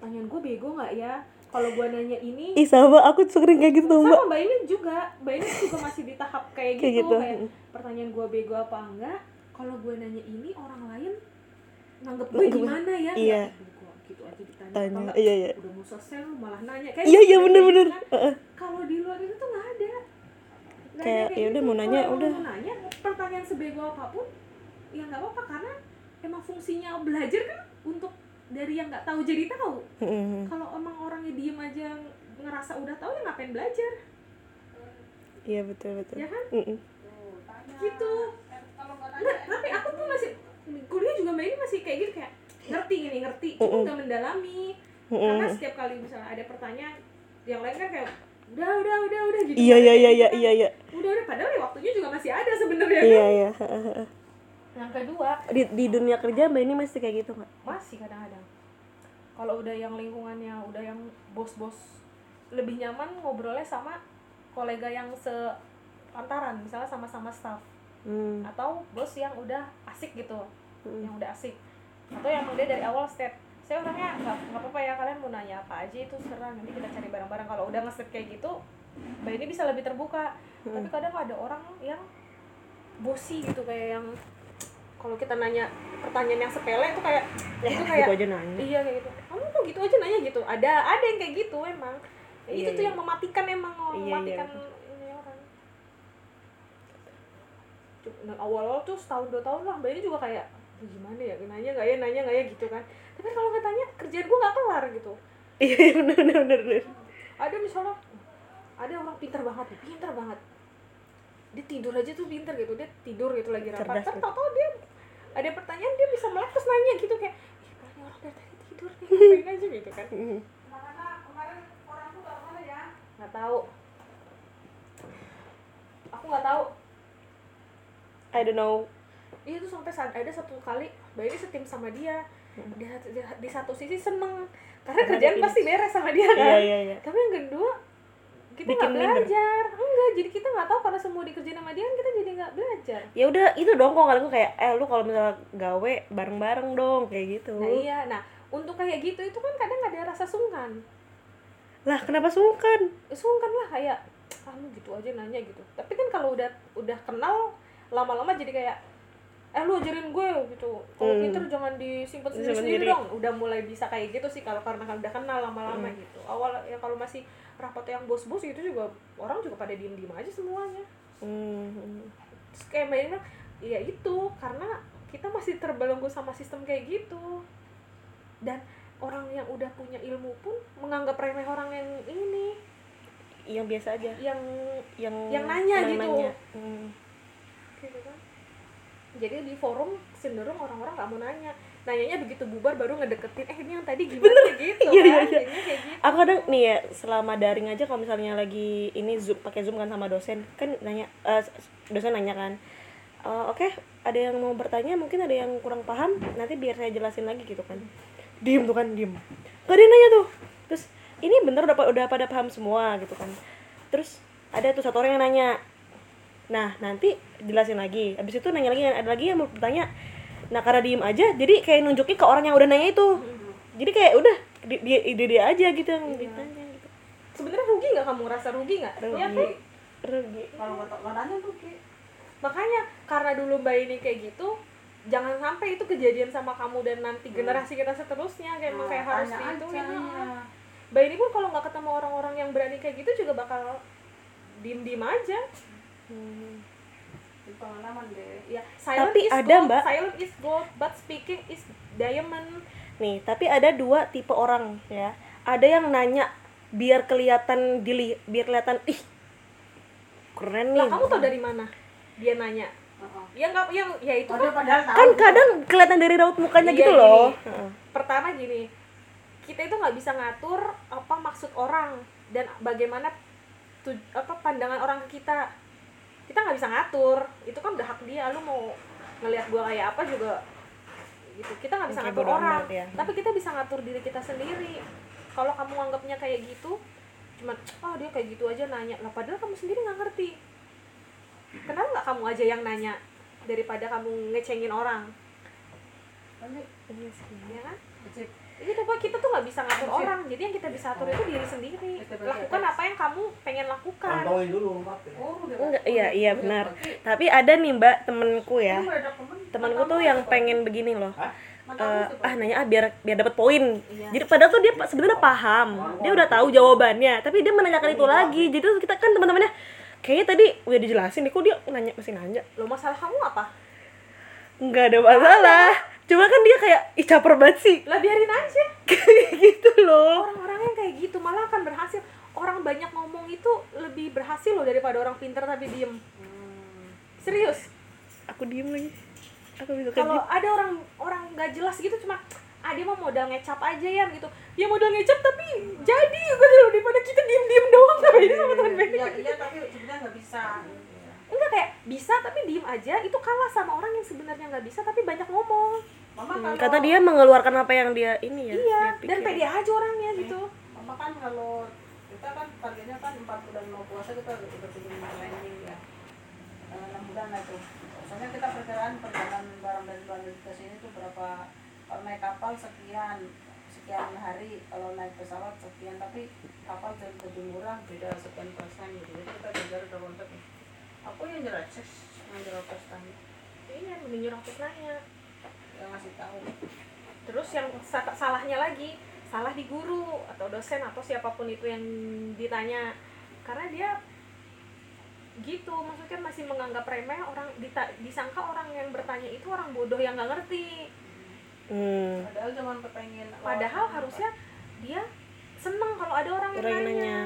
pertanyaan gue bego nggak ya kalau gue nanya ini. Sama aku sering kayak gitu Mbak. Sama Mbak ini juga masih di tahap kayak gitu. Kayak pertanyaan gue bego apa enggak, kalau gue nanya ini orang lain nganggep gue gimana ya. Iya. Gitu aja ditanya. Iya. Udah mau selesai lu malah nanya kayak iya bener. Kalau di luar itu tuh nggak ada. Kayak ya udah gitu. mau nanya udah. Mau nanya pertanyaan sebego apapun ya nggak apa-apa, karena emang fungsinya belajar kan untuk dari yang nggak tahu jadi tahu. Kalau emang orangnya diem aja ngerasa udah tahu ya ngapain belajar? Iya betul. Ya kan? Gitu. Nggak, tapi aku tuh masih kuliah juga Mbak ini masih kayak gitu, kayak ngerti, cuma nggak mendalami. Karena setiap kali misalnya ada pertanyaan, yang lain kan kayak udah gitu. Iya. Udah padahal ya waktunya juga masih ada sebenarnya. Iya. Yang kedua, di dunia kerja Mbak ini masih kayak gitu nggak? Masih kadang-kadang. Kalau udah yang lingkungannya, udah yang bos-bos, lebih nyaman ngobrolnya sama kolega yang sepantaran, misalnya sama-sama staff. Atau bos yang udah asik gitu, yang udah asik. Atau yang udah dari awal step. Saya orangnya nggak apa-apa ya, kalian mau nanya apa aja itu serah, nanti kita cari bareng-bareng. Kalau udah nge-step kayak gitu, Mbak ini bisa lebih terbuka. Tapi kadang ada orang yang bosi gitu, kayak yang kalau kita nanya pertanyaan yang sepele itu kayak itu kayak gitu aja nanya. Iya kayak gitu. Kamu kok gitu aja nanya gitu. Ada yang kayak gitu emang. Itu tuh yang mematikan emang, mematikan ini orang. Nah, awal-awal tuh setahun 2 tahun lah Mbak ini juga kayak gimana ya, nanya nggak ya gitu kan. Tapi kalau nggak tanya kerjaan gue nggak kelar gitu. Iya benar. Ada misalnya ada orang pintar banget, dia tidur aja tuh pintar gitu, dia tidur gitu lagi rapat, tahu dia ada pertanyaan dia bisa melek terus nanya gitu kayak kayaknya orang dari tadi tidur nih, ngapain aja gitu kan. Kemarin orang tuh taruh mana ya? Nggak tahu. Aku nggak tahu. I don't know. Iya tuh sampai ada satu kali Mbak ini setim sama dia. Di satu sisi seneng karena kerjaan pasti beres sama dia kan. Iya. Tapi yang kedua kita nggak belajar. Enggak, jadi kita nggak tahu karena semua dikerjain sama dia kan, kita jadi nggak belajar. Ya udah itu dong kok kalian kayak lu kalau misalnya gawe bareng-bareng dong kayak gitu. Nah iya, nah untuk kayak gitu itu kan kadang ada rasa sungkan. Lah kenapa sungkan? Sungkan lah kayak lu gitu aja nanya gitu. Tapi kan kalau udah kenal lama-lama jadi kayak lu ajarin gue gitu. Kalau pinter jangan disimpan sendiri dong. Udah mulai bisa kayak gitu sih kalau karena udah kenal lama-lama gitu. Awal ya kalau masih rapat yang bos-bos itu juga orang juga pada diem-diem aja semuanya. Terus kayak Mbak Ina, ya itu karena kita masih terbelenggu sama sistem kayak gitu. Dan orang yang udah punya ilmu pun menganggap remeh orang yang ini, yang biasa aja, yang nanya gitu. Gitu kan. Jadi di forum cenderung orang-orang nggak mau nanyanya begitu bubar baru ngedeketin ini yang tadi gimana gitu kan. Jadinya kayak gitu. Aku kadang nih ya selama daring aja kalau misalnya lagi ini Zoom, pakai Zoom kan sama dosen kan nanya, dosen nanya kan, oke, ada yang mau bertanya, mungkin ada yang kurang paham, nanti biar saya jelasin lagi gitu kan. Diem nggak ada yang nanya tuh. Terus ini bener udah pada paham semua gitu kan. Terus ada tuh satu orang yang nanya, nah nanti jelasin lagi, abis itu nanya lagi, ada lagi yang mau bertanya. Nah karena diem aja jadi kayak nunjukin ke orang yang udah nanya itu. Jadi kayak udah dia aja gitu yang ditanya gitu. Sebenarnya rugi nggak, kamu ngerasa rugi nggak? Ya kan? Rugi. Kalau nggak nanya rugi. Makanya karena dulu Mbak ini kayak gitu, jangan sampai itu kejadian sama kamu dan nanti generasi kita seterusnya kayak harus itu ya. Mbak ini pun kalau nggak ketemu orang-orang yang berani kayak gitu juga bakal diem aja. Pengalaman deh. Ya, tapi ada gold, Mbak. Silent is gold, but speaking is diamond. Nih, tapi ada 2 tipe orang ya. Ada yang nanya biar kelihatan ih keren nih. Lah kamu tau dari mana dia nanya? Ya nggak, ya itu kan kadang kelihatan dari raut mukanya gitu loh. Pertama gini, kita itu nggak bisa ngatur apa maksud orang dan bagaimana pandangan orang ke kita. Kita nggak bisa ngatur, itu kan udah hak dia. Lu mau ngelihat gua kayak apa juga gitu, kita nggak bisa ngatur orang ya. Tapi kita bisa ngatur diri kita sendiri. Kalau kamu anggapnya kayak gitu, cuman dia kayak gitu aja nanya lah, padahal kamu sendiri nggak ngerti. Kenapa nggak kamu aja yang nanya daripada kamu ngecengin orang? Iya sih, ya kan? Jadi pokoknya kita tuh nggak bisa ngatur orang, jadi yang kita bisa atur itu diri sendiri. Lakukan apa yang kamu pengen lakukan. Pantauin dulu. Enggak, iya benar. Tapi ada nih Mbak, temenku ya. Temenku tuh yang pengen begini loh. Nanya biar dapat poin. Iya. Jadi padahal tuh dia sebenarnya paham. Dia udah tahu jawabannya, tapi dia menanyakan itu lagi. Jadi tuh kita kan teman-temannya kayaknya tadi udah dijelasin nih, kok dia masih nanya. Lo masalah kamu apa? Enggak ada masalah. Cuma kan dia kayak caper banget sih. Lah biarin aja. Kayak gitu loh. Orang-orang yang kayak gitu malah akan berhasil. Orang banyak ngomong itu lebih berhasil loh daripada orang pintar tapi diem. Serius. Aku diem lagi. Aku bisa Kalau kayak ada orang nggak jelas gitu cuma dia mah modal ngecap aja ya gitu. Ya modal ngecap tapi jadi gitu loh, daripada kita diem-diem doang sama ini sama teman baik. Iya tapi sebenarnya nggak bisa. Enggak, kayak bisa tapi diem aja itu kalah sama orang yang sebenarnya nggak bisa tapi banyak ngomong. Mama kalau kata dia mengeluarkan apa yang dia ini ya. Iya, dia dan pikir. pede aja orangnya gitu. Mama kan kalau kita kan targetnya kan 4 bulan mau puasa kita udah bikin planning ya. 6 bulan lah itu. Soalnya kita perkiraan perjalanan barang dari luar negeri ke sini tuh berapa, kalau naik kapal sekian hari, kalau naik pesawat sekian, tapi kapal jadi lebih murah beda sekian persen gitu. Jadi kita belajar udah kontak. Aku yang jelas yang jelas tanya. Iya, mending nyuruh terus nanya. Yang ngasih tahu. Terus yang salahnya lagi, salah di guru atau dosen atau siapapun itu yang ditanya. Karena dia gitu, maksudnya masih menganggap remeh orang, disangka orang yang bertanya itu orang bodoh yang nggak ngerti. Padahal cuman kepengen. Padahal harusnya dia seneng kalau ada orang yang nanya.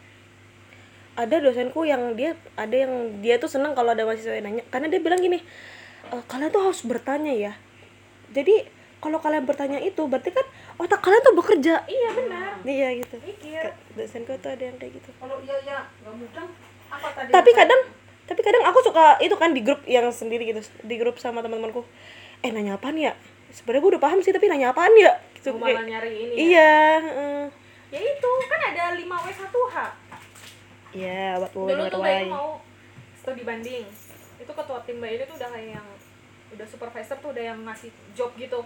Ada dosenku yang dia tuh seneng kalau ada mahasiswa yang nanya, karena dia bilang gini, kalian tuh harus bertanya ya. Jadi kalau kalian bertanya itu berarti kan otak kalian tuh bekerja. Iya benar. Iya gitu. Mikir. Dosenku tuh ada yang kayak gitu. Kalau iya nggak mudah. Apa tadi? Tapi kadang aku suka itu kan di grup yang sendiri gitu, di grup sama teman-temanku. Nanya apaan ya? Sebenarnya gue udah paham sih, tapi nanya apaan ya? Gitu, Malah nyari ini. Iya. Ya itu kan ada 5W1H. Iya, buat Dulu tuh Mbak ini mau studi banding. Itu ketua tim Mbak ini tuh udah kayak yang udah supervisor tuh udah yang ngasih job gitu.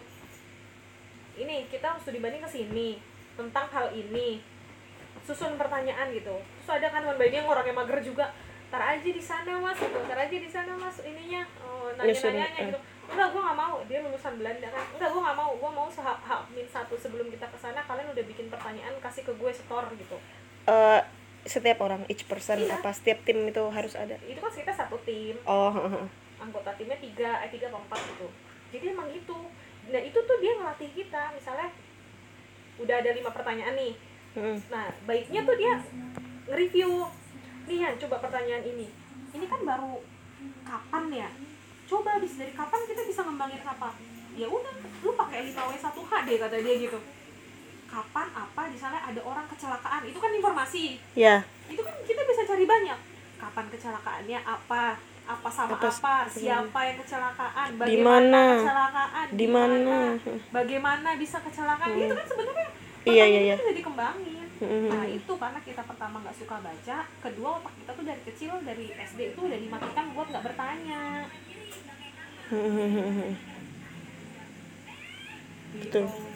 Ini kita studi banding ke sini tentang hal ini. Susun pertanyaan gitu. Terus ada kan Mbak ini yang orangnya mager juga. Tar aja di sana Mas, gitu. Tar aja di sana Mas ininya. Nanya-nanyanya gitu. Enggak, gue nggak mau. Dia lulusan Belanda kan. Enggak, gue nggak mau. Gue mau H-1 sebelum kita ke sana kalian udah bikin pertanyaan kasih ke gue setor gitu. Setiap orang, each person, Iya. apa setiap tim itu harus ada. Itu kan kita satu tim. Oh. Anggota timnya 3 atau 4 gitu. Jadi emang gitu. Nah itu tuh dia ngelatih kita. Misalnya udah ada 5 pertanyaan nih. Nah baiknya tuh dia nge-review. Nih ya, coba pertanyaan ini. Ini kan baru kapan ya? Coba abis dari kapan kita bisa ngembangin apa? Ya udah, lu pakai 5W1H deh kata dia gitu. Kapan apa, di sana ada orang kecelakaan, itu kan informasi. Ya. Itu kan kita bisa cari banyak. Kapan kecelakaannya, apa sama apa, siapa yang kecelakaan, bagaimana kecelakaan, di mana, bagaimana bisa kecelakaan. Itu kan sebenarnya iya. bisa dikembangin. Nah itu karena kita pertama nggak suka baca, kedua otak kita tuh dari kecil, dari SD itu udah dimatikan buat nggak bertanya. Betul.